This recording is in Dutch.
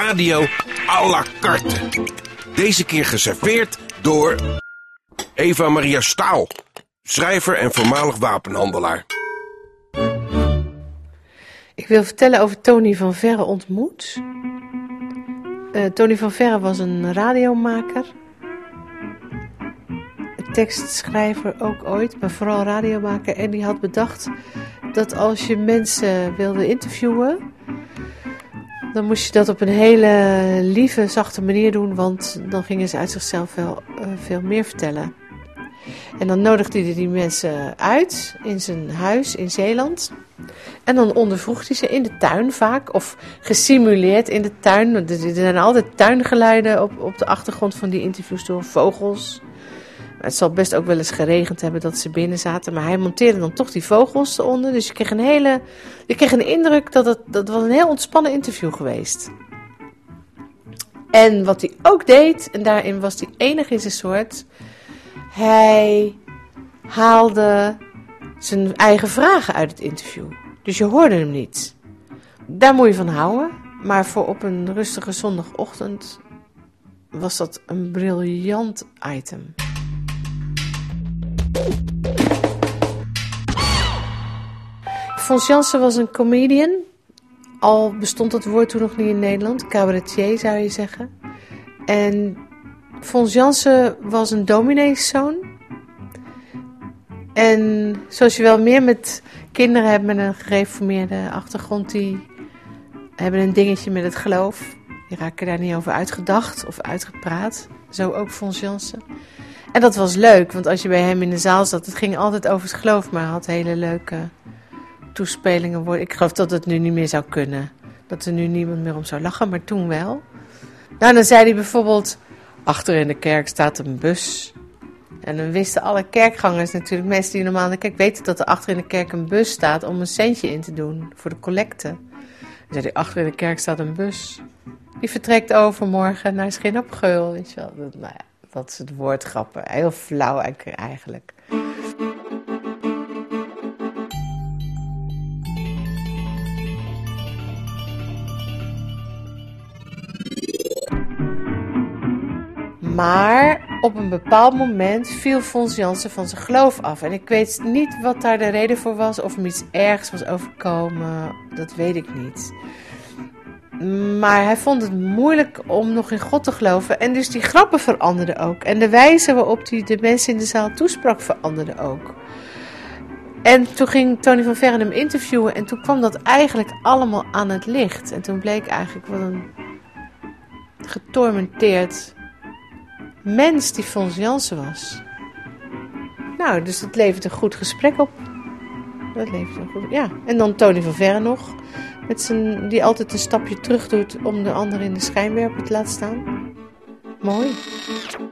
Radio à la carte. Deze keer geserveerd door Eva Maria Staal, schrijver en voormalig wapenhandelaar. Ik wil vertellen over Tony van Verre ontmoet. Tony van Verre was een radiomaker. Tekstschrijver ook ooit, maar vooral radiomaker. En die had bedacht dat als je mensen wilde interviewen, dan moest je dat op een hele lieve, zachte manier doen, want dan gingen ze uit zichzelf wel veel meer vertellen. En dan nodigde hij die mensen uit in zijn huis in Zeeland. En dan ondervroeg hij ze in de tuin vaak, of gesimuleerd in de tuin. Er zijn altijd tuingeluiden op de achtergrond van die interviews door vogels. Het zal best ook wel eens geregend hebben dat ze binnen zaten. Maar hij monteerde dan toch die vogels eronder. Dus je kreeg een indruk dat was een heel ontspannen interview geweest. En wat hij ook deed, en daarin was hij enig in zijn soort. Hij haalde zijn eigen vragen uit het interview. Dus je hoorde hem niet. Daar moet je van houden. Maar voor op een rustige zondagochtend was dat een briljant item. Fons Jansen was een comedian. Al bestond dat woord toen nog niet in Nederland. Cabaretier zou je zeggen. En Fons Jansen was een domineeszoon. En zoals je wel meer met kinderen hebt met een gereformeerde achtergrond, die hebben een dingetje met het geloof. Die raken daar niet over uitgedacht of uitgepraat. Zo ook Fons Jansen. En dat was leuk, want als je bij hem in de zaal zat, het ging altijd over het geloof, maar hij had hele leuke toespelingen. Ik geloof dat het nu niet meer zou kunnen. Dat er nu niemand meer om zou lachen, maar toen wel. Nou, dan zei hij bijvoorbeeld, achter in de kerk staat een bus. En dan wisten alle kerkgangers natuurlijk, mensen die normaal in de kerk weten dat er achter in de kerk een bus staat om een centje in te doen voor de collecte. Dan zei hij, achter in de kerk staat een bus. Die vertrekt overmorgen naar Schin op Geul, weet je wel. Nou ja, dat is het woordgrappen. Heel flauw eigenlijk. Maar op een bepaald moment viel Fons Jansen van zijn geloof af. En ik weet niet wat daar de reden voor was. Of hem iets ergs was overkomen. Dat weet ik niet. Maar hij vond het moeilijk om nog in God te geloven. En dus die grappen veranderden ook. En de wijze waarop hij de mensen in de zaal toesprak veranderde ook. En toen ging Tony van Verre hem interviewen. En toen kwam dat eigenlijk allemaal aan het licht. En toen bleek eigenlijk wat een getormenteerd mens die Fons Jansen was. Nou, dus dat levert een goed gesprek op. Ja. En dan Tony van Verre nog. Die altijd een stapje terug doet om de ander in de schijnwerper te laten staan. Mooi.